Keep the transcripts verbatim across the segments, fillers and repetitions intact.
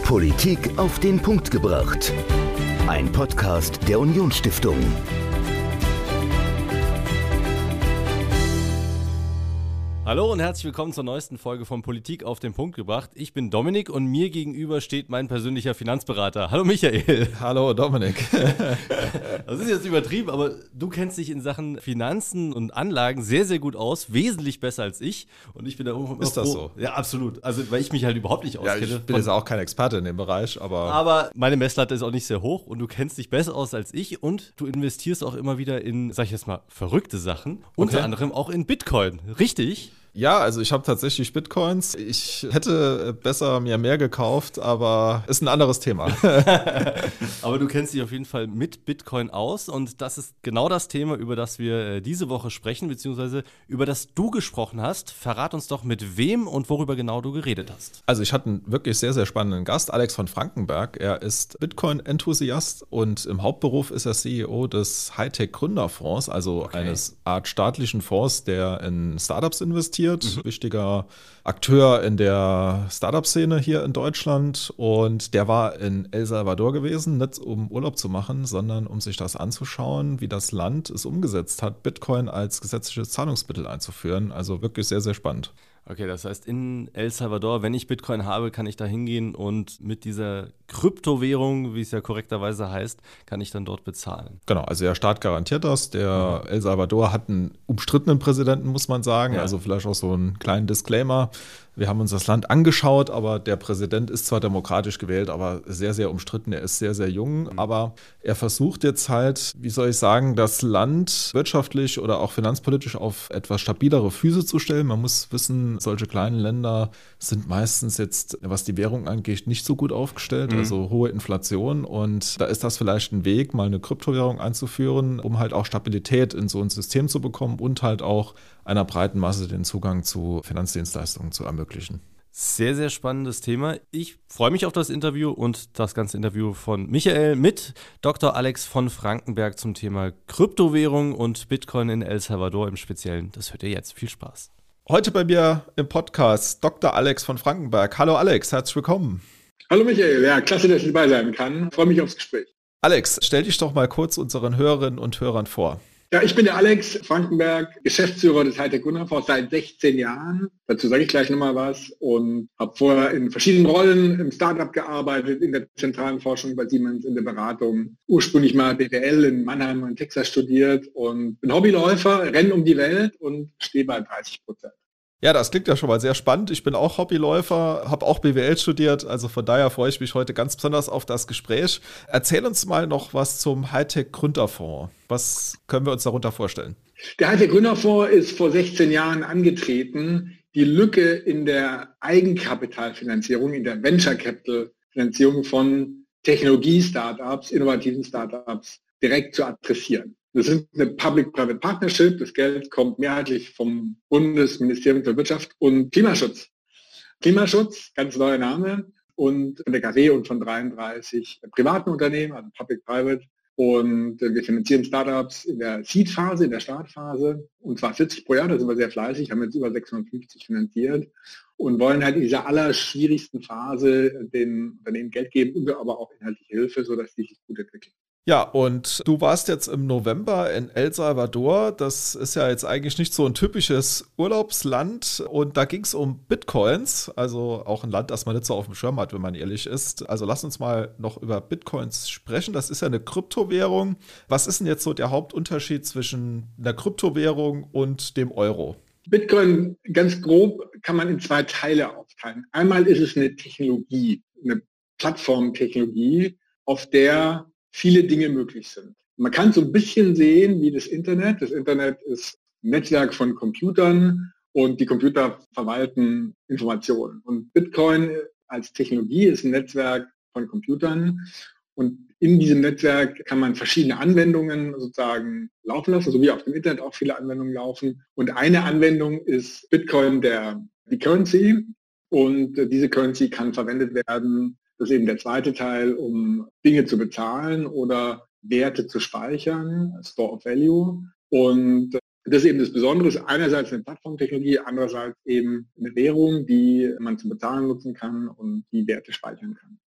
Politik auf den Punkt gebracht. Ein Podcast der Unionsstiftung. Hallo und herzlich willkommen zur neuesten Folge von Politik auf den Punkt gebracht. Ich bin Dominik und mir gegenüber steht mein persönlicher Finanzberater. Hallo Michael. Hallo Dominik. Das ist jetzt übertrieben, aber du kennst dich in Sachen Finanzen und Anlagen sehr, sehr gut aus. Wesentlich besser als ich. Und ich bin da immer Ist das froh. so? Ja, absolut. Also, weil ich mich halt überhaupt nicht Ja, auskenne. ich bin jetzt auch kein Experte in dem Bereich, aber... Aber meine Messlatte ist auch nicht sehr hoch und du kennst dich besser aus als ich und du investierst auch immer wieder in, sag ich jetzt mal, verrückte Sachen. Unter Okay. anderem auch in Bitcoin. Richtig? Ja, also ich habe tatsächlich Bitcoins. Ich hätte besser mir mehr gekauft, aber ist ein anderes Thema. Aber du kennst dich auf jeden Fall mit Bitcoin aus und das ist genau das Thema, über das wir äh, diese Woche sprechen, beziehungsweise über das du gesprochen hast. Verrat uns doch, mit wem und worüber genau du geredet hast. Also ich hatte einen wirklich sehr, sehr spannenden Gast, Alex von Frankenberg. Er ist Bitcoin-Enthusiast und im Hauptberuf ist er C E O des Hightech-Gründerfonds, also Okay. eines Art staatlichen Fonds, der in Startups investiert. Mhm. Wichtiger Akteur in der Startup-Szene hier in Deutschland. Und der war in El Salvador gewesen, nicht um Urlaub zu machen, sondern um sich das anzuschauen, wie das Land es umgesetzt hat, Bitcoin als gesetzliches Zahlungsmittel einzuführen. Also wirklich sehr, sehr spannend. Okay, das heißt, in El Salvador, wenn ich Bitcoin habe, kann ich da hingehen und mit dieser Kryptowährung, wie es ja korrekterweise heißt, kann ich dann dort bezahlen. Genau, also der Staat garantiert das. Der mhm. El Salvador hat einen umstrittenen Präsidenten, muss man sagen. Ja. Also vielleicht auch so einen kleinen Disclaimer. Wir haben uns das Land angeschaut, aber der Präsident ist zwar demokratisch gewählt, aber sehr, sehr umstritten. Er ist sehr, sehr jung, mhm. aber er versucht jetzt halt, wie soll ich sagen, das Land wirtschaftlich oder auch finanzpolitisch auf etwas stabilere Füße zu stellen. Man muss wissen, solche kleinen Länder sind meistens jetzt, was die Währung angeht, nicht so gut aufgestellt, mhm. also hohe Inflation. Und da ist das vielleicht ein Weg, mal eine Kryptowährung einzuführen, um halt auch Stabilität in so ein System zu bekommen und halt auch einer breiten Masse den Zugang zu Finanzdienstleistungen zu ermöglichen. Sehr, sehr spannendes Thema. Ich freue mich auf das Interview und das ganze Interview von Michael mit Doktor Alex von Frankenberg zum Thema Kryptowährung und Bitcoin in El Salvador im Speziellen. Das hört ihr jetzt. Viel Spaß. Heute bei mir im Podcast Doktor Alex von Frankenberg. Hallo Alex, herzlich willkommen. Hallo Michael, ja, klasse, dass ich dabei sein kann. Ich freue mich aufs Gespräch. Alex, stell dich doch mal kurz unseren Hörerinnen und Hörern vor. Ja, ich bin der Alex Frankenberg, Geschäftsführer des Hightech Gründerfonds seit sechzehn Jahren. Dazu sage ich gleich nochmal was und habe vorher in verschiedenen Rollen im Startup gearbeitet, in der zentralen Forschung bei Siemens, in der Beratung. Ursprünglich mal B W L in Mannheim und Texas studiert und bin Hobbyläufer, renne um die Welt und stehe bei dreißig Prozent. Ja, das klingt ja schon mal sehr spannend. Ich bin auch Hobbyläufer, habe auch B W L studiert, also von daher freue ich mich heute ganz besonders auf das Gespräch. Erzähl uns mal noch was zum Hightech Gründerfonds. Was können wir uns darunter vorstellen? Der Hightech Gründerfonds ist vor sechzehn Jahren angetreten, die Lücke in der Eigenkapitalfinanzierung, in der Venture Capital Finanzierung von Technologie-Startups, innovativen Startups direkt zu adressieren. Das ist eine Public-Private Partnership. Das Geld kommt mehrheitlich vom Bundesministerium für Wirtschaft und Klimaschutz. Klimaschutz, ganz neuer Name, und von der K W und von dreiunddreißig privaten Unternehmen, also Public-Private. Und wir finanzieren Startups in der Seed-Phase, in der Startphase, und zwar vierzig pro Jahr, da sind wir sehr fleißig, haben jetzt über sechshundertfünfzig finanziert und wollen halt in dieser allerschwierigsten Phase den Unternehmen Geld geben und aber auch inhaltliche Hilfe, sodass die sich gut entwickeln. Ja, und du warst jetzt im November in El Salvador. Das ist ja jetzt eigentlich nicht so ein typisches Urlaubsland. Und da ging es um Bitcoins, also auch ein Land, das man nicht so auf dem Schirm hat, wenn man ehrlich ist. Also lass uns mal noch über Bitcoins sprechen. Das ist ja eine Kryptowährung. Was ist denn jetzt so der Hauptunterschied zwischen einer Kryptowährung und dem Euro? Bitcoin, ganz grob, kann man in zwei Teile aufteilen. Einmal ist es eine Technologie, eine Plattformtechnologie, auf der viele Dinge möglich sind. Man kann so ein bisschen sehen wie das Internet. Das Internet ist ein Netzwerk von Computern und die Computer verwalten Informationen. Und Bitcoin als Technologie ist ein Netzwerk von Computern und in diesem Netzwerk kann man verschiedene Anwendungen sozusagen laufen lassen, so wie auf dem Internet auch viele Anwendungen laufen. Und eine Anwendung ist Bitcoin, der, die Currency. Und diese Currency kann verwendet werden, das ist eben der zweite Teil, um Dinge zu bezahlen oder Werte zu speichern, Store of Value. Und das ist eben das Besondere, ist einerseits eine Plattformtechnologie, andererseits eben eine Währung, die man zum Bezahlen nutzen kann und die Werte speichern kann.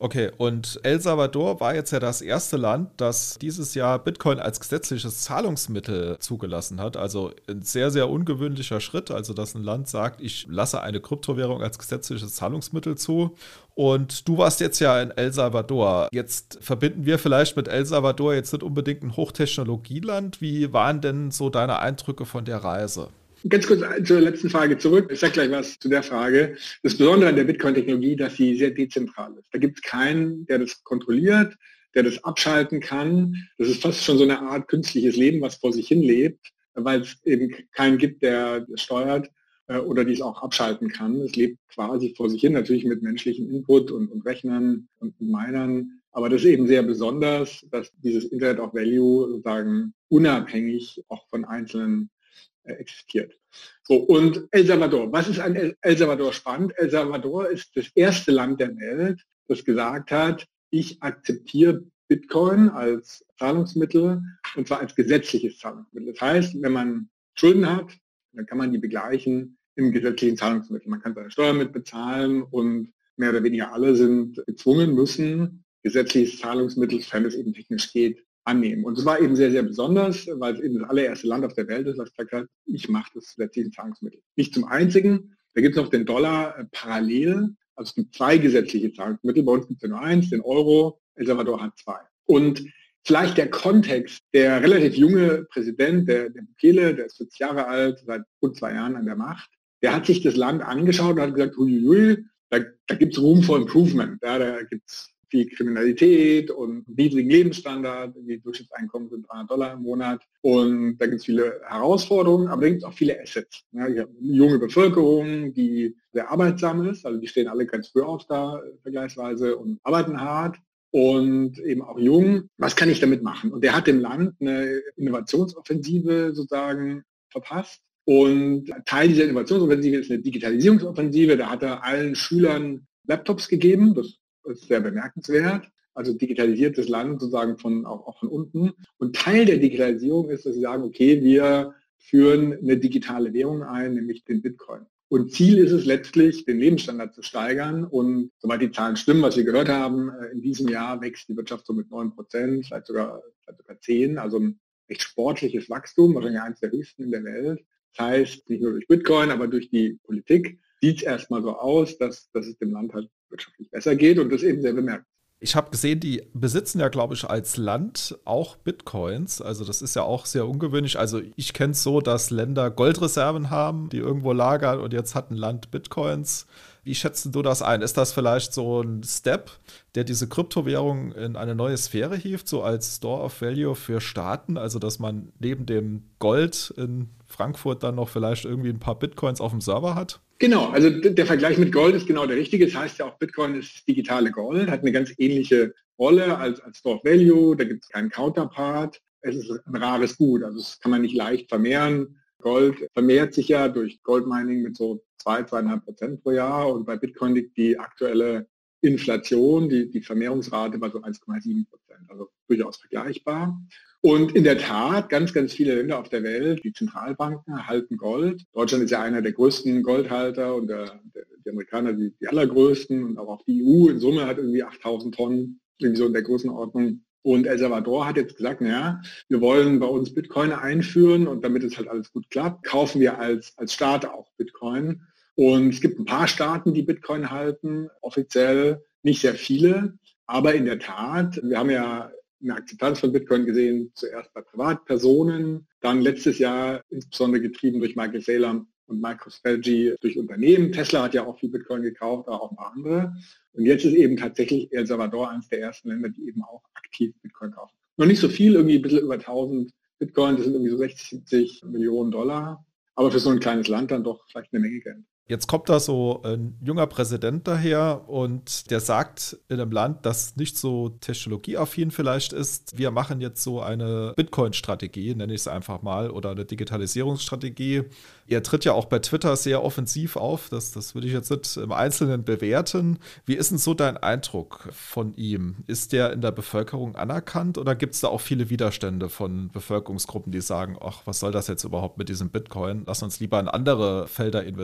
Okay, und El Salvador war jetzt ja das erste Land, das dieses Jahr Bitcoin als gesetzliches Zahlungsmittel zugelassen hat. Also ein sehr, sehr ungewöhnlicher Schritt, also dass ein Land sagt, ich lasse eine Kryptowährung als gesetzliches Zahlungsmittel zu. Und du warst jetzt ja in El Salvador. Jetzt verbinden wir vielleicht mit El Salvador jetzt nicht unbedingt ein Hochtechnologieland. Wie waren denn so deine Eindrücke von der Reise? Ganz kurz zur letzten Frage zurück. Ich sage gleich was zu der Frage. Das Besondere an der Bitcoin-Technologie, dass sie sehr dezentral ist. Da gibt es keinen, der das kontrolliert, der das abschalten kann. Das ist fast schon so eine Art künstliches Leben, was vor sich hin lebt, weil es eben keinen gibt, der das steuert äh, oder die es auch abschalten kann. Es lebt quasi vor sich hin, natürlich mit menschlichem Input und, und Rechnern und Minern. Aber das ist eben sehr besonders, dass dieses Internet of Value sozusagen unabhängig auch von einzelnen existiert. So, und El Salvador. Was ist an El Salvador spannend? El Salvador ist das erste Land der Welt, das gesagt hat, ich akzeptiere Bitcoin als Zahlungsmittel und zwar als gesetzliches Zahlungsmittel. Das heißt, wenn man Schulden hat, dann kann man die begleichen im gesetzlichen Zahlungsmittel. Man kann seine Steuern mit bezahlen und mehr oder weniger alle sind gezwungen, müssen gesetzliches Zahlungsmittel, sofern es eben technisch geht, annehmen. Und es war eben sehr, sehr besonders, weil es eben das allererste Land auf der Welt ist, das gesagt hat, ich mache das gesetzliche Zahlungsmittel. Nicht zum einzigen, da gibt es noch den Dollar äh, parallel, also es gibt zwei gesetzliche Zahlungsmittel, bei uns gibt es ja nur eins, den Euro, El Salvador hat zwei. Und vielleicht der Kontext, der relativ junge Präsident, der, der Bukele, der ist vierzig Jahre alt, seit gut zwei Jahren an der Macht, der hat sich das Land angeschaut und hat gesagt, huiuiui, da, da gibt es Room for Improvement, ja, da gibt es viel Kriminalität und niedrigen Lebensstandard, die Durchschnittseinkommen sind dreihundert Dollar im Monat und da gibt es viele Herausforderungen, aber da gibt es auch viele Assets. Ja, ich habe eine junge Bevölkerung, die sehr arbeitsam ist, also die stehen alle ganz früh auf da vergleichsweise und arbeiten hart und eben auch jung. Was kann ich damit machen? Und der hat dem Land eine Innovationsoffensive sozusagen verpasst. Und Teil dieser Innovationsoffensive ist eine Digitalisierungsoffensive. Da hat er allen Schülern Laptops gegeben. Das ist sehr bemerkenswert. Also digitalisiertes Land sozusagen von, auch, auch von unten. Und Teil der Digitalisierung ist, dass sie sagen, okay, wir führen eine digitale Währung ein, nämlich den Bitcoin. Und Ziel ist es letztlich, den Lebensstandard zu steigern. Und soweit die Zahlen stimmen, was wir gehört haben, in diesem Jahr wächst die Wirtschaft so mit neun Prozent, vielleicht sogar, vielleicht sogar zehn. Also ein echt sportliches Wachstum, wahrscheinlich eines der höchsten in der Welt. Das heißt, nicht nur durch Bitcoin, aber durch die Politik sieht es erstmal so aus, dass, dass es dem Land halt wirtschaftlich besser geht und das eben sehr bemerkt. Ich habe gesehen, die besitzen ja, glaube ich, als Land auch Bitcoins. Also das ist ja auch sehr ungewöhnlich. Also ich kenne es so, dass Länder Goldreserven haben, die irgendwo lagern und jetzt hat ein Land Bitcoins. Wie schätzt du das ein? Ist das vielleicht so ein Step, der diese Kryptowährung in eine neue Sphäre hieft, so als Store of Value für Staaten? Also dass man neben dem Gold in Frankfurt dann noch vielleicht irgendwie ein paar Bitcoins auf dem Server hat? Genau, also der Vergleich mit Gold ist genau der richtige. Das heißt ja auch, Bitcoin ist digitale Gold, hat eine ganz ähnliche Rolle als, als Store of Value. Da gibt es keinen Counterpart. Es ist ein rares Gut, also das kann man nicht leicht vermehren. Gold vermehrt sich ja durch Goldmining mit so zwei, zweieinhalb Prozent pro Jahr und bei Bitcoin liegt die aktuelle Inflation, die, die Vermehrungsrate bei so eins Komma sieben Prozent, also durchaus vergleichbar. Und in der Tat, ganz, ganz viele Länder auf der Welt, die Zentralbanken halten Gold. Deutschland ist ja einer der größten Goldhalter und der, der, die Amerikaner die, die allergrößten und auch die E U in Summe hat irgendwie achttausend Tonnen, irgendwie so in der Größenordnung. Und El Salvador hat jetzt gesagt, naja, wir wollen bei uns Bitcoin einführen und damit es halt alles gut klappt, kaufen wir als, als Staat auch Bitcoin. Und es gibt ein paar Staaten, die Bitcoin halten, offiziell nicht sehr viele, aber in der Tat, wir haben ja eine Akzeptanz von Bitcoin gesehen, zuerst bei Privatpersonen, dann letztes Jahr insbesondere getrieben durch Michael Saylor und MicroStrategy durch Unternehmen. Tesla hat ja auch viel Bitcoin gekauft, aber auch ein paar andere. Und jetzt ist eben tatsächlich El Salvador eines der ersten Länder, die eben auch aktiv Bitcoin kaufen. Noch nicht so viel, irgendwie ein bisschen über tausend Bitcoin, das sind irgendwie so sechzig, siebzig Millionen Dollar. Aber für so ein kleines Land dann doch vielleicht eine Menge Geld. Jetzt kommt da so ein junger Präsident daher und der sagt in einem Land, das nicht so technologieaffin vielleicht ist, wir machen jetzt so eine Bitcoin-Strategie, nenne ich es einfach mal, oder eine Digitalisierungsstrategie. Er tritt ja auch bei Twitter sehr offensiv auf, das, das würde ich jetzt nicht im Einzelnen bewerten. Wie ist denn so dein Eindruck von ihm? Ist der in der Bevölkerung anerkannt oder gibt es da auch viele Widerstände von Bevölkerungsgruppen, die sagen, ach, was soll das jetzt überhaupt mit diesem Bitcoin? Lass uns lieber in andere Felder investieren oder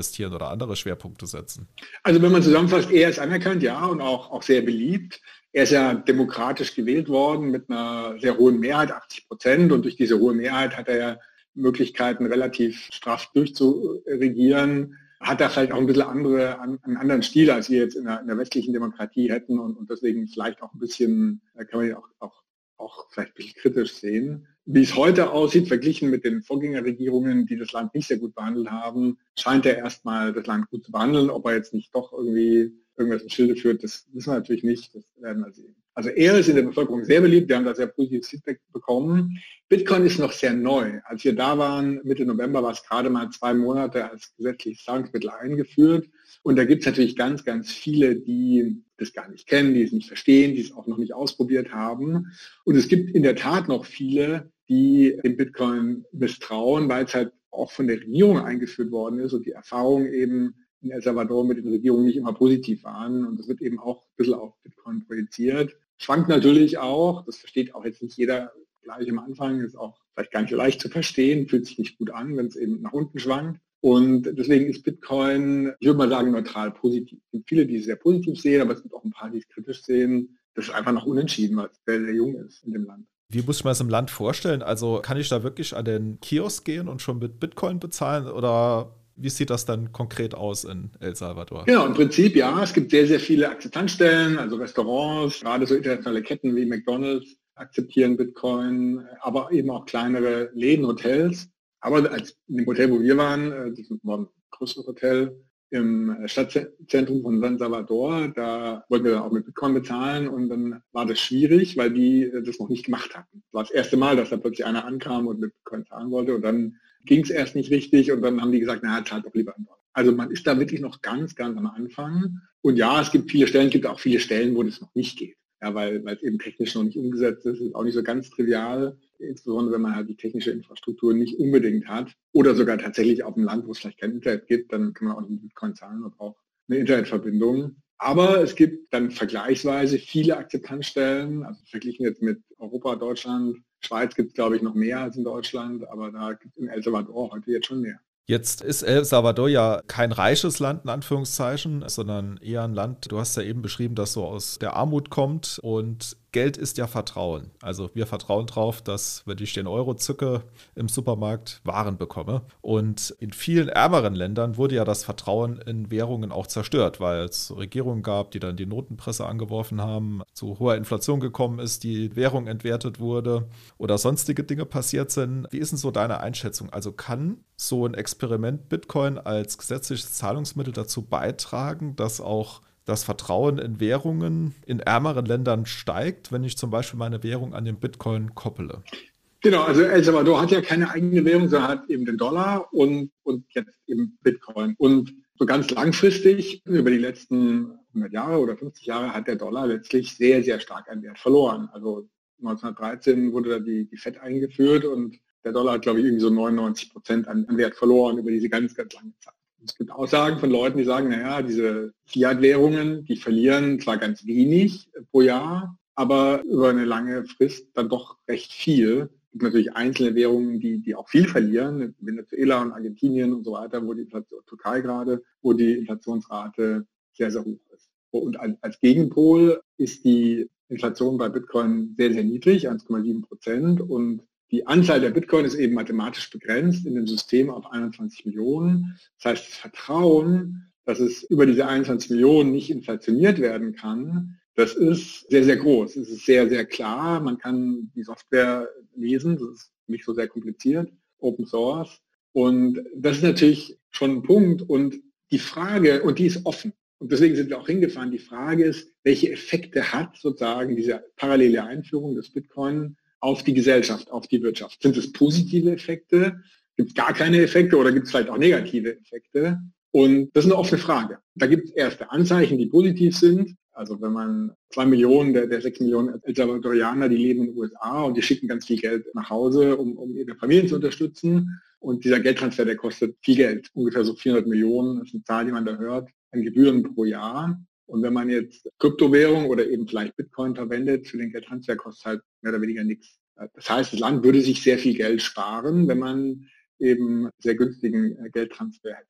andere Schwerpunkte setzen? Also wenn man zusammenfasst, er ist anerkannt, ja, und auch, auch sehr beliebt. Er ist ja demokratisch gewählt worden mit einer sehr hohen Mehrheit, achtzig Prozent. Und durch diese hohe Mehrheit hat er ja Möglichkeiten, relativ straff durchzuregieren. Hat er vielleicht auch ein bisschen andere, einen anderen Stil, als wir jetzt in der, in der westlichen Demokratie hätten. Und, und deswegen vielleicht auch ein bisschen, da kann man ihn auch, auch, auch vielleicht ein bisschen kritisch sehen. Wie es heute aussieht, verglichen mit den Vorgängerregierungen, die das Land nicht sehr gut behandelt haben, scheint er erstmal das Land gut zu behandeln. Ob er jetzt nicht doch irgendwie irgendwas im Schilde führt, das wissen wir natürlich nicht. Das werden wir sehen. Also er ist in der Bevölkerung sehr beliebt. Wir haben da sehr positives Feedback bekommen. Bitcoin ist noch sehr neu. Als wir da waren, Mitte November, war es gerade mal zwei Monate als gesetzliches Zahlungsmittel eingeführt. Und da gibt es natürlich ganz, ganz viele, die das gar nicht kennen, die es nicht verstehen, die es auch noch nicht ausprobiert haben. Und es gibt in der Tat noch viele, die dem Bitcoin misstrauen, weil es halt auch von der Regierung eingeführt worden ist und die Erfahrungen eben in El Salvador mit den Regierungen nicht immer positiv waren. Und das wird eben auch ein bisschen auf Bitcoin projiziert. Schwankt natürlich auch, das versteht auch jetzt nicht jeder gleich am Anfang, ist auch vielleicht gar nicht so leicht zu verstehen, fühlt sich nicht gut an, wenn es eben nach unten schwankt. Und deswegen ist Bitcoin, ich würde mal sagen, neutral positiv. Es gibt viele, die es sehr positiv sehen, aber es gibt auch ein paar, die es kritisch sehen. Das ist einfach noch unentschieden, weil es sehr, sehr jung ist in dem Land. Wie muss ich mir das im Land vorstellen? Also kann ich da wirklich an den Kiosk gehen und schon mit Bitcoin bezahlen oder wie sieht das dann konkret aus in El Salvador? Genau, im Prinzip ja. Es gibt sehr, sehr viele Akzeptanzstellen, also Restaurants, gerade so internationale Ketten wie McDonald's akzeptieren Bitcoin, aber eben auch kleinere Läden, Hotels. Aber als in dem Hotel, wo wir waren, das war ein größeres Hotel im Stadtzentrum von San Salvador, da wollten wir dann auch mit Bitcoin bezahlen und dann war das schwierig, weil die das noch nicht gemacht hatten. Das war das erste Mal, dass da plötzlich einer ankam und mit Bitcoin zahlen wollte und dann ging es erst nicht richtig und dann haben die gesagt, na, zahlt doch lieber in Dollar. Also man ist da wirklich noch ganz, ganz am Anfang. Und ja, es gibt viele Stellen, es gibt auch viele Stellen, wo das noch nicht geht. Ja, weil, weil es eben technisch noch nicht umgesetzt ist, ist auch nicht so ganz trivial, insbesondere wenn man halt die technische Infrastruktur nicht unbedingt hat oder sogar tatsächlich auf dem Land, wo es vielleicht kein Internet gibt, dann kann man auch nicht mit Bitcoin zahlen, man braucht eine Internetverbindung. Aber es gibt dann vergleichsweise viele Akzeptanzstellen, also verglichen jetzt mit Europa, Deutschland, Schweiz gibt es, glaube ich, noch mehr als in Deutschland, aber da gibt es in El Salvador heute jetzt schon mehr. Jetzt ist El Salvador ja kein reiches Land, in Anführungszeichen, sondern eher ein Land, du hast ja eben beschrieben, das so aus der Armut kommt und Geld ist ja Vertrauen. Also wir vertrauen drauf, dass, wenn ich den Euro zücke, im Supermarkt Waren bekomme. Und in vielen ärmeren Ländern wurde ja das Vertrauen in Währungen auch zerstört, weil es Regierungen gab, die dann die Notenpresse angeworfen haben, zu hoher Inflation gekommen ist, die Währung entwertet wurde oder sonstige Dinge passiert sind. Wie ist denn so deine Einschätzung? Also kann so ein Experiment Bitcoin als gesetzliches Zahlungsmittel dazu beitragen, dass auch das Vertrauen in Währungen in ärmeren Ländern steigt, wenn ich zum Beispiel meine Währung an den Bitcoin koppele? Genau, also El Salvador hat ja keine eigene Währung, sondern hat eben den Dollar und, und jetzt eben Bitcoin. Und so ganz langfristig, über die letzten hundert Jahre oder fünfzig Jahre, hat der Dollar letztlich sehr, sehr stark an Wert verloren. Also neunzehnhundertdreizehn wurde da die, die Fed eingeführt und der Dollar hat, glaube ich, irgendwie so neunundneunzig Prozent an, an Wert verloren über diese ganz, ganz lange Zeit. Es gibt Aussagen von Leuten, die sagen, naja, diese Fiat-Währungen, die verlieren zwar ganz wenig pro Jahr, aber über eine lange Frist dann doch recht viel. Es gibt natürlich einzelne Währungen, die, die auch viel verlieren, Venezuela und Argentinien und so weiter, wo die Inflation, Türkei gerade, wo die Inflationsrate sehr, sehr hoch ist. Und als Gegenpol ist die Inflation bei Bitcoin sehr, sehr niedrig, eins Komma sieben Prozent und die Anzahl der Bitcoin ist eben mathematisch begrenzt in dem System auf einundzwanzig Millionen. Das heißt, das Vertrauen, dass es über diese einundzwanzig Millionen nicht inflationiert werden kann, das ist sehr, sehr groß. Es ist sehr, sehr klar. Man kann die Software lesen. Das ist nicht so sehr kompliziert. Open Source. Und das ist natürlich schon ein Punkt. Und die Frage, und die ist offen. Und deswegen sind wir auch hingefahren. Die Frage ist, welche Effekte hat sozusagen diese parallele Einführung des Bitcoin auf die Gesellschaft, auf die Wirtschaft? Sind es positive Effekte? Gibt es gar keine Effekte oder gibt es vielleicht auch negative Effekte? Und das ist eine offene Frage. Da gibt es erste Anzeichen, die positiv sind. Also wenn man zwei Millionen der, der sechs Millionen El Salvadorianer, die leben in den U S A und die schicken ganz viel Geld nach Hause, um, um ihre Familien zu unterstützen. Und dieser Geldtransfer, der kostet viel Geld, ungefähr so vierhundert Millionen, das ist eine Zahl, die man da hört, an Gebühren pro Jahr. Und wenn man jetzt Kryptowährung oder eben vielleicht Bitcoin verwendet, für den Geldtransfer kostet halt mehr oder weniger nichts. Das heißt, das Land würde sich sehr viel Geld sparen, wenn man eben sehr günstigen Geldtransfer hätte.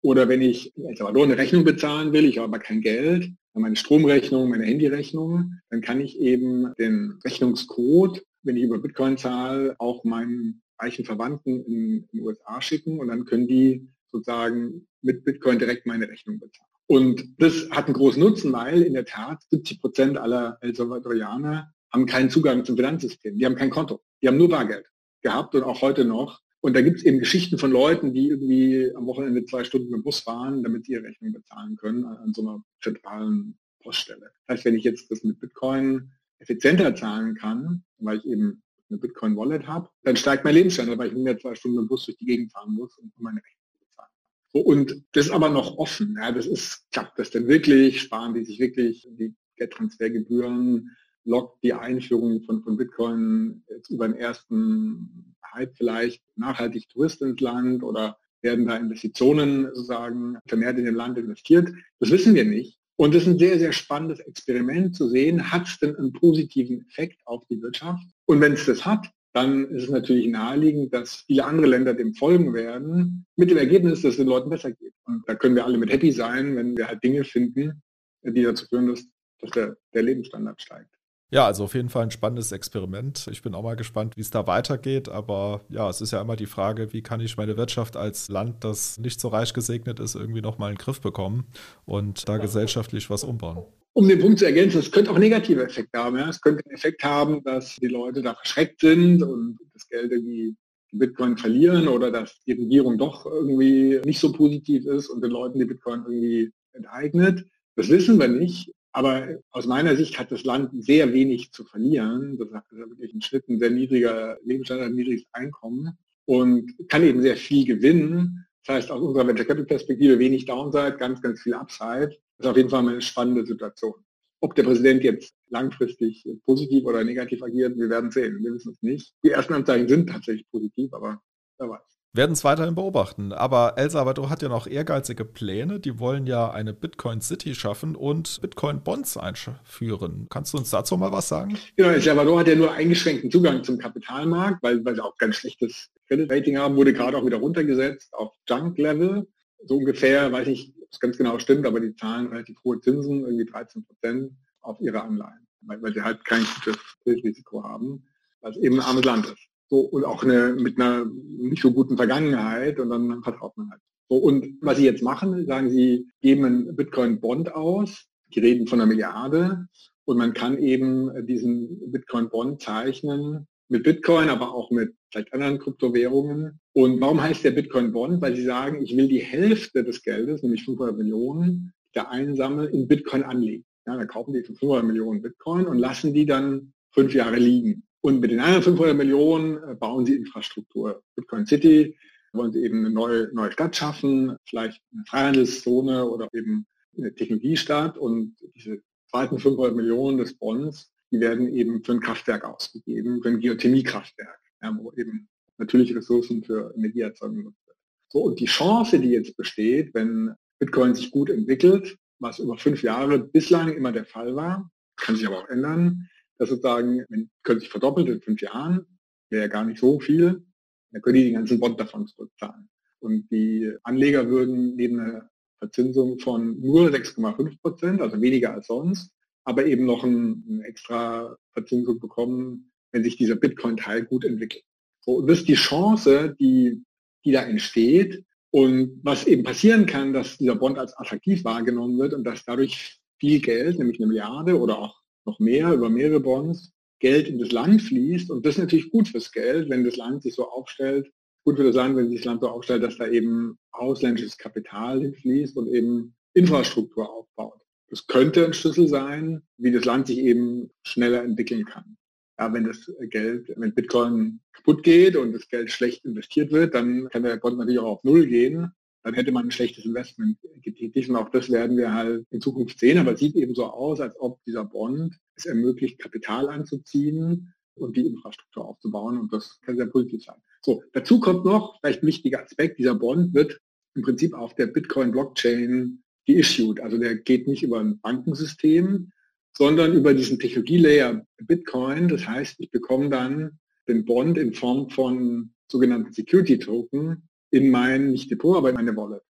Oder wenn ich in El Salvador eine Rechnung bezahlen will, ich habe aber kein Geld, meine Stromrechnung, meine Handyrechnung, dann kann ich eben den Rechnungscode, wenn ich über Bitcoin zahle, auch meinen reichen Verwandten in den U S A schicken und dann können die sozusagen mit Bitcoin direkt meine Rechnung bezahlen. Und das hat einen großen Nutzen, weil in der Tat siebzig Prozent aller El Salvadorianer haben keinen Zugang zum Finanzsystem. Die haben kein Konto. Die haben nur Bargeld gehabt und auch heute noch. Und da gibt es eben Geschichten von Leuten, die irgendwie am Wochenende zwei Stunden mit dem Bus fahren, damit sie ihre Rechnung bezahlen können an so einer zentralen Poststelle. Das heißt, wenn ich jetzt das mit Bitcoin effizienter zahlen kann, weil ich eben eine Bitcoin-Wallet habe, dann steigt mein Lebensstandard, weil ich nicht mehr zwei Stunden mit dem Bus durch die Gegend fahren muss, um meine Rechnung zu bezahlen. So, und das ist aber noch offen. Ja, das ist, klappt das denn wirklich? Sparen die sich wirklich die Geldtransfergebühren? Lockt die Einführung von, von Bitcoin jetzt über den ersten Hype vielleicht nachhaltig Touristen ins Land oder werden da Investitionen sozusagen vermehrt in dem Land investiert? Das wissen wir nicht. Und es ist ein sehr, sehr spannendes Experiment zu sehen, hat es denn einen positiven Effekt auf die Wirtschaft? Und wenn es das hat, dann ist es natürlich naheliegend, dass viele andere Länder dem folgen werden, mit dem Ergebnis, dass es den Leuten besser geht. Und da können wir alle mit happy sein, wenn wir halt Dinge finden, die dazu führen, dass, dass der, der Lebensstandard steigt. Ja, also auf jeden Fall ein spannendes Experiment. Ich bin auch mal gespannt, wie es da weitergeht. Aber ja, es ist ja immer die Frage, wie kann ich meine Wirtschaft als Land, das nicht so reich gesegnet ist, irgendwie nochmal in den Griff bekommen und da gesellschaftlich was umbauen. Um den Punkt zu ergänzen, es könnte auch negative Effekte haben. Ja? Es könnte den Effekt haben, dass die Leute da verschreckt sind und das Geld irgendwie Bitcoin verlieren oder dass die Regierung doch irgendwie nicht so positiv ist und den Leuten die Bitcoin irgendwie enteignet. Das wissen wir nicht. Aber aus meiner Sicht hat das Land sehr wenig zu verlieren. Das ist wirklich im Schnitt ein sehr niedriger Lebensstandard, ein niedriges Einkommen und kann eben sehr viel gewinnen. Das heißt, aus unserer Venture Capital Perspektive wenig Downside, ganz, ganz viel Upside. Das ist auf jeden Fall eine spannende Situation. Ob der Präsident jetzt langfristig positiv oder negativ agiert, wir werden sehen. Wir wissen es nicht. Die ersten Anzeichen sind tatsächlich positiv, aber wer weiß. Wir werden es weiterhin beobachten. Aber El Salvador hat ja noch ehrgeizige Pläne. Die wollen ja eine Bitcoin City schaffen und Bitcoin Bonds einführen. Kannst du uns dazu mal was sagen? Genau, El Salvador hat ja nur eingeschränkten Zugang zum Kapitalmarkt, weil, weil sie auch ganz schlechtes Credit Rating haben, wurde gerade auch wieder runtergesetzt auf Junk-Level. So ungefähr, weiß nicht, ob es ganz genau stimmt, aber die zahlen relativ hohe Zinsen, irgendwie dreizehn Prozent auf ihre Anleihen, weil, weil sie halt kein gutes Kreditrisiko haben, weil es eben ein armes Land ist. So, und auch eine, mit einer nicht so guten Vergangenheit und dann vertraut man halt. So, und was sie jetzt machen, sagen sie, geben einen Bitcoin-Bond aus, die reden von einer Milliarde und man kann eben diesen Bitcoin-Bond zeichnen mit Bitcoin, aber auch mit vielleicht anderen Kryptowährungen. Und warum heißt der Bitcoin-Bond? Weil sie sagen, ich will die Hälfte des Geldes, nämlich fünfhundert Millionen, der einsammle, in Bitcoin anlegen. Ja, dann kaufen die für fünfhundert Millionen Bitcoin und lassen die dann fünf Jahre liegen. Und mit den anderen fünfhundert Millionen bauen sie Infrastruktur. Bitcoin City wollen sie eben eine neue, neue Stadt schaffen, vielleicht eine Freihandelszone oder eben eine Technologiestadt. Und diese zweiten fünfhundert Millionen des Bonds, die werden eben für ein Kraftwerk ausgegeben, für ein Geothermiekraftwerk, ja, wo eben natürliche Ressourcen für Energieerzeugung genutzt werden. So, und die Chance, die jetzt besteht, wenn Bitcoin sich gut entwickelt, was über fünf Jahre bislang immer der Fall war, kann sich aber auch ändern, dass sozusagen, wenn Bitcoin sich verdoppelt in fünf Jahren, wäre ja gar nicht so viel, dann können die den ganzen Bond davon zurückzahlen. Und die Anleger würden neben einer Verzinsung von nur sechs Komma fünf Prozent, also weniger als sonst, aber eben noch ein, eine extra Verzinsung bekommen, wenn sich dieser Bitcoin-Teil gut entwickelt. So, und das ist die Chance, die, die da entsteht. Und was eben passieren kann, dass dieser Bond als attraktiv wahrgenommen wird und dass dadurch viel Geld, nämlich eine Milliarde oder auch noch mehr über mehrere Bonds, Geld in das Land fließt. Und das ist natürlich gut fürs Geld, wenn das Land sich so aufstellt, gut für das Land, wenn sich das Land so aufstellt, dass da eben ausländisches Kapital hinfließt und eben Infrastruktur aufbaut. Das könnte ein Schlüssel sein, wie das Land sich eben schneller entwickeln kann. Ja, wenn das Geld, wenn Bitcoin kaputt geht und das Geld schlecht investiert wird, dann kann der Bond natürlich auch auf Null gehen. Dann hätte man ein schlechtes Investment getätigt. Und auch das werden wir halt in Zukunft sehen. Aber es sieht eben so aus, als ob dieser Bond es ermöglicht, Kapital anzuziehen und die Infrastruktur aufzubauen. Und das kann sehr positiv sein. So, dazu kommt noch, vielleicht ein wichtiger Aspekt, dieser Bond wird im Prinzip auf der Bitcoin-Blockchain geissued. Also der geht nicht über ein Bankensystem, sondern über diesen Technologielayer Bitcoin. Das heißt, ich bekomme dann den Bond in Form von sogenannten Security-Token in mein, nicht Depot, aber in meine Wallet.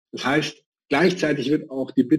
Das heißt, gleichzeitig wird auch die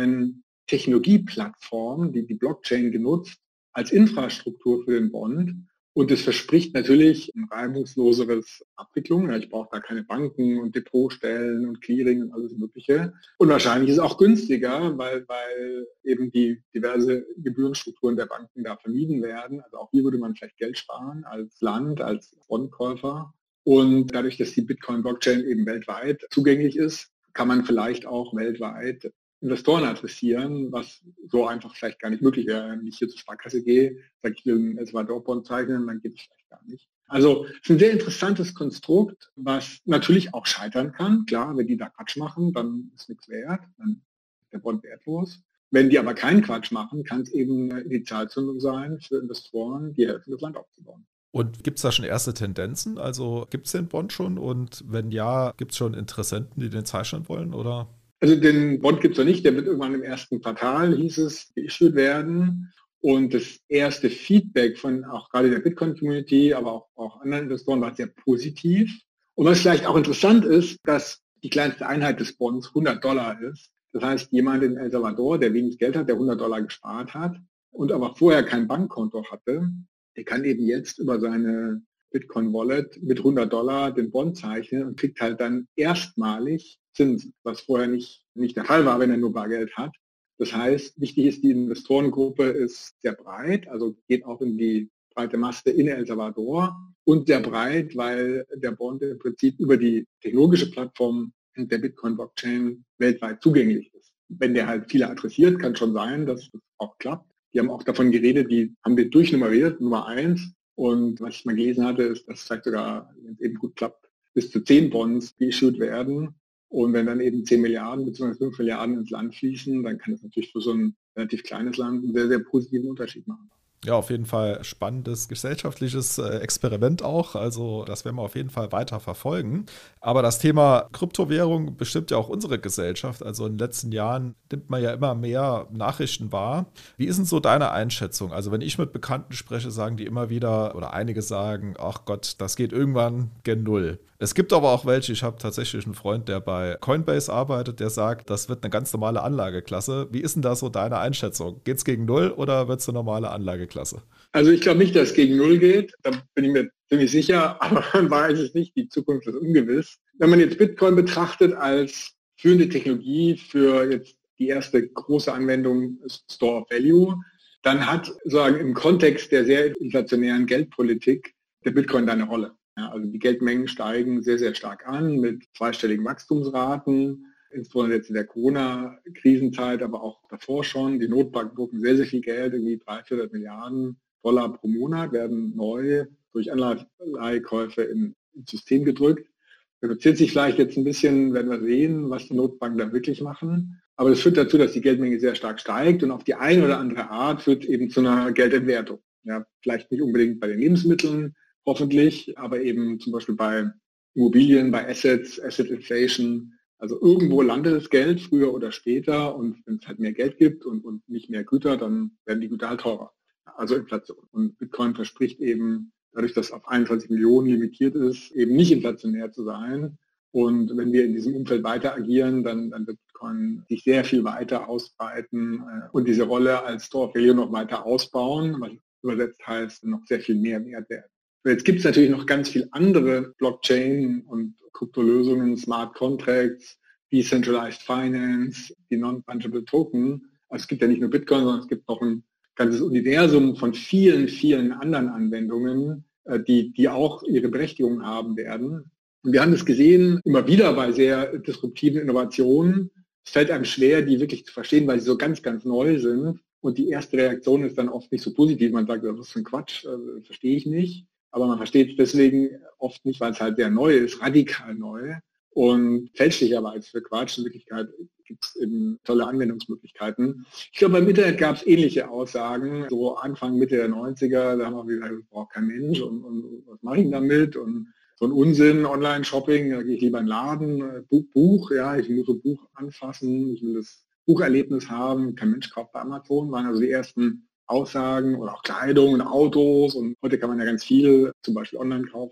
Bitcoin-Technologieplattform, die, die Blockchain genutzt, als Infrastruktur für den Bond. Und es verspricht natürlich ein reibungsloseres Abwicklung. Ja, ich brauche da keine Banken und Depotstellen und Clearing und alles Mögliche. Und wahrscheinlich ist es auch günstiger, weil, weil eben die diverse Gebührenstrukturen der Banken da vermieden werden. Also auch hier würde man vielleicht Geld sparen als Land, als Bondkäufer. Und dadurch, dass die Bitcoin-Blockchain eben weltweit zugänglich ist, kann man vielleicht auch weltweit Investoren adressieren, was so einfach vielleicht gar nicht möglich wäre. Wenn ich hier zur Sparkasse gehe, sage ich will einen El Salvador-Bond zeichnen, dann geht es vielleicht gar nicht. Also es ist ein sehr interessantes Konstrukt, was natürlich auch scheitern kann. Klar, wenn die da Quatsch machen, dann ist nichts wert, dann ist der Bond wertlos. Wenn die aber keinen Quatsch machen, kann es eben eine Initialzündung sein für Investoren, die helfen, das Land aufzubauen. Und gibt es da schon erste Tendenzen? Also gibt es den Bond schon? Und wenn ja, gibt es schon Interessenten, die den zeichnen wollen? Oder? Also den Bond gibt es noch nicht, der wird irgendwann im ersten Quartal, hieß es, geissued werden. Und das erste Feedback von auch gerade der Bitcoin-Community, aber auch, auch anderen Investoren war sehr positiv. Und was vielleicht auch interessant ist, dass die kleinste Einheit des Bonds hundert Dollar ist. Das heißt, jemand in El Salvador, der wenig Geld hat, der hundert Dollar gespart hat und aber vorher kein Bankkonto hatte, der kann eben jetzt über seine Bitcoin-Wallet mit hundert Dollar den Bond zeichnen und kriegt halt dann erstmalig Zinsen, was vorher nicht, nicht der Fall war, wenn er nur Bargeld hat. Das heißt, wichtig ist, die Investorengruppe ist sehr breit, also geht auch in die breite Masse in El Salvador und sehr breit, weil der Bond im Prinzip über die technologische Plattform der Bitcoin-Blockchain weltweit zugänglich ist. Wenn der halt viele adressiert, kann schon sein, dass das auch klappt. Die haben auch davon geredet, die haben wir durchnummeriert, Nummer eins. Und was ich mal gelesen hatte, ist, dass vielleicht sogar, wenn es eben gut klappt, bis zu zehn Bonds geissued werden. Und wenn dann eben zehn Milliarden bzw. fünf Milliarden ins Land fließen, dann kann das natürlich für so ein relativ kleines Land einen sehr, sehr positiven Unterschied machen. Ja, auf jeden Fall spannendes gesellschaftliches Experiment auch. Also das werden wir auf jeden Fall weiter verfolgen. Aber das Thema Kryptowährung bestimmt ja auch unsere Gesellschaft. Also in den letzten Jahren nimmt man ja immer mehr Nachrichten wahr. Wie ist denn so deine Einschätzung? Also wenn ich mit Bekannten spreche, sagen die immer wieder, oder einige sagen, ach Gott, das geht irgendwann gen Null. Es gibt aber auch welche, ich habe tatsächlich einen Freund, der bei Coinbase arbeitet, der sagt, das wird eine ganz normale Anlageklasse. Wie ist denn da so deine Einschätzung? Geht es gegen Null oder wird es eine normale Anlageklasse? Also ich glaube nicht, dass es gegen Null geht. Da bin ich mir ziemlich sicher, aber man weiß es nicht. Die Zukunft ist ungewiss. Wenn man jetzt Bitcoin betrachtet als führende Technologie für jetzt die erste große Anwendung Store of Value, dann hat sozusagen im Kontext der sehr inflationären Geldpolitik der Bitcoin da eine Rolle. Ja, also die Geldmengen steigen sehr, sehr stark an mit zweistelligen Wachstumsraten, insbesondere jetzt in der Corona-Krisenzeit, aber auch davor schon. Die Notenbanken drucken sehr, sehr viel Geld, irgendwie dreihundert, vierhundert Milliarden Dollar pro Monat werden neu durch Anleihekäufe ins System gedrückt. Reduziert sich vielleicht jetzt ein bisschen, werden wir sehen, was die Notenbanken da wirklich machen. Aber das führt dazu, dass die Geldmenge sehr stark steigt und auf die eine oder andere Art führt eben zu einer Geldentwertung. Ja, vielleicht nicht unbedingt bei den Lebensmitteln, hoffentlich, aber eben zum Beispiel bei Immobilien, bei Assets, Asset Inflation. Also irgendwo landet das Geld früher oder später und wenn es halt mehr Geld gibt und, und nicht mehr Güter, dann werden die Güter halt teurer. Also Inflation. Und Bitcoin verspricht eben, dadurch, dass auf einundzwanzig Millionen limitiert ist, eben nicht inflationär zu sein. Und wenn wir in diesem Umfeld weiter agieren, dann, dann wird Bitcoin sich sehr viel weiter ausbreiten äh, und diese Rolle als Store of Value noch weiter ausbauen, was übersetzt heißt, noch sehr viel mehr wert werden. Jetzt gibt es natürlich noch ganz viele andere Blockchain- und Kryptolösungen, Smart Contracts, Decentralized Finance, die Non-Fungible Token. Also es gibt ja nicht nur Bitcoin, sondern es gibt noch ein ganzes Universum von vielen, vielen anderen Anwendungen, die, die auch ihre Berechtigung haben werden. Und wir haben das gesehen, immer wieder bei sehr disruptiven Innovationen. Es fällt einem schwer, die wirklich zu verstehen, weil sie so ganz, ganz neu sind. Und die erste Reaktion ist dann oft nicht so positiv. Man sagt, das ist ein Quatsch, das verstehe ich nicht. Aber man versteht es deswegen oft nicht, weil es halt sehr neu ist, radikal neu und fälschlicherweise für Quatsch. In Wirklichkeit gibt es eben tolle Anwendungsmöglichkeiten. Ich glaube, beim Internet gab es ähnliche Aussagen, so Anfang, Mitte der neunziger, da haben wir gesagt, das braucht kein Mensch und, und was mache ich denn damit? Und so ein Unsinn, Online-Shopping, da gehe ich lieber in den Laden, Buch, Buch, ja, ich muss so ein Buch anfassen, ich will das Bucherlebnis haben, kein Mensch kauft bei Amazon, waren also die ersten Aussagen oder auch Kleidung und Autos und heute kann man ja ganz viel zum Beispiel online kaufen.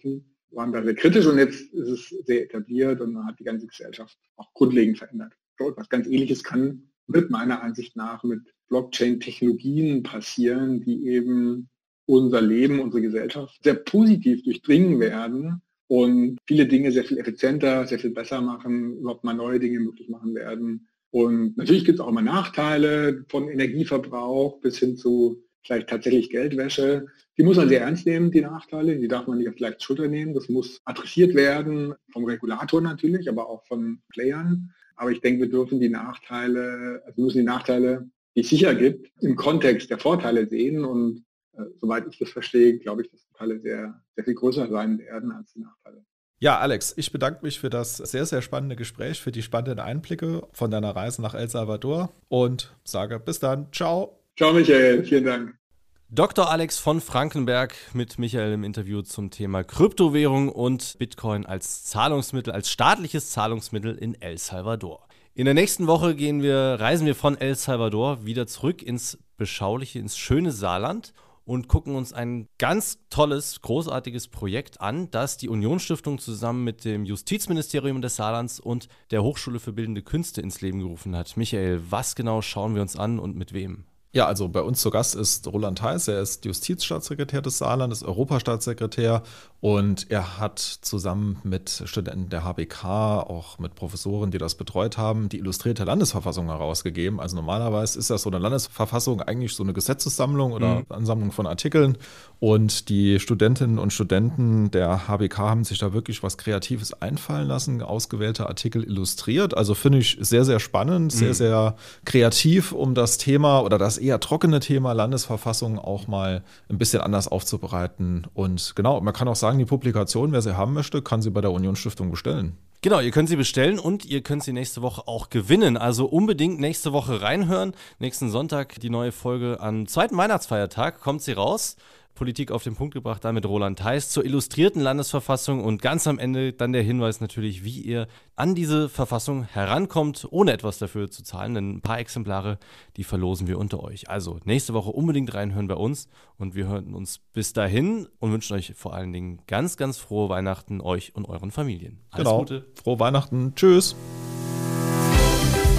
waren da sehr kritisch und jetzt ist es sehr etabliert und man hat die ganze Gesellschaft auch grundlegend verändert. So, was ganz Ähnliches kann, wird meiner Ansicht nach mit Blockchain-Technologien passieren, die eben unser Leben, unsere Gesellschaft sehr positiv durchdringen werden und viele Dinge sehr viel effizienter, sehr viel besser machen, überhaupt mal neue Dinge möglich machen werden. Und natürlich gibt es auch immer Nachteile von Energieverbrauch bis hin zu vielleicht tatsächlich Geldwäsche. Die muss man sehr ernst nehmen, die Nachteile. Die darf man nicht auf die leichte Schulter nehmen. Das muss adressiert werden, vom Regulator natürlich, aber auch von Playern. Aber ich denke, wir dürfen die Nachteile, also müssen die Nachteile, die es sicher gibt, im Kontext der Vorteile sehen. Und äh, soweit ich das verstehe, glaube ich, dass die Vorteile sehr, sehr viel größer sein werden als die Nachteile. Ja, Alex, ich bedanke mich für das sehr, sehr spannende Gespräch, für die spannenden Einblicke von deiner Reise nach El Salvador und sage bis dann. Ciao. Ciao, Michael. Vielen Dank. Doktor Alex von Frankenberg mit Michael im Interview zum Thema Kryptowährung und Bitcoin als Zahlungsmittel, als staatliches Zahlungsmittel in El Salvador. In der nächsten Woche gehen wir, reisen wir von El Salvador wieder zurück ins beschauliche, ins schöne Saarland und gucken uns ein ganz tolles, großartiges Projekt an, das die Unionsstiftung zusammen mit dem Justizministerium des Saarlands und der Hochschule für Bildende Künste ins Leben gerufen hat. Michael, was genau schauen wir uns an und mit wem? Ja, also bei uns zu Gast ist Roland Theis, er ist Justizstaatssekretär des Saarlandes, Europastaatssekretär und er hat zusammen mit Studenten der H B K, auch mit Professoren, die das betreut haben, die illustrierte Landesverfassung herausgegeben. Also normalerweise ist das so eine Landesverfassung eigentlich so eine Gesetzessammlung oder mhm. Ansammlung von Artikeln und die Studentinnen und Studenten der H B K haben sich da wirklich was Kreatives einfallen lassen, ausgewählte Artikel illustriert. Also finde ich sehr, sehr spannend, mhm. sehr, sehr kreativ, um das Thema oder das eher trockene Thema Landesverfassung auch mal ein bisschen anders aufzubereiten. Und genau, man kann auch sagen, die Publikation, wer sie haben möchte, kann sie bei der Unionsstiftung bestellen. Genau, ihr könnt sie bestellen und ihr könnt sie nächste Woche auch gewinnen. Also unbedingt nächste Woche reinhören. Nächsten Sonntag die neue Folge am zweiten Weihnachtsfeiertag. Kommt sie raus. Politik auf den Punkt gebracht, da mit Roland Theis zur illustrierten Landesverfassung und ganz am Ende dann der Hinweis natürlich, wie ihr an diese Verfassung herankommt, ohne etwas dafür zu zahlen, denn ein paar Exemplare, die verlosen wir unter euch. Also nächste Woche unbedingt reinhören bei uns und wir hören uns bis dahin und wünschen euch vor allen Dingen ganz, ganz frohe Weihnachten euch und euren Familien. Alles genau. Gute. Frohe Weihnachten. Tschüss.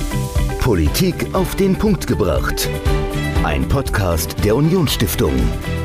Politik auf den Punkt gebracht. Ein Podcast der Unionsstiftung.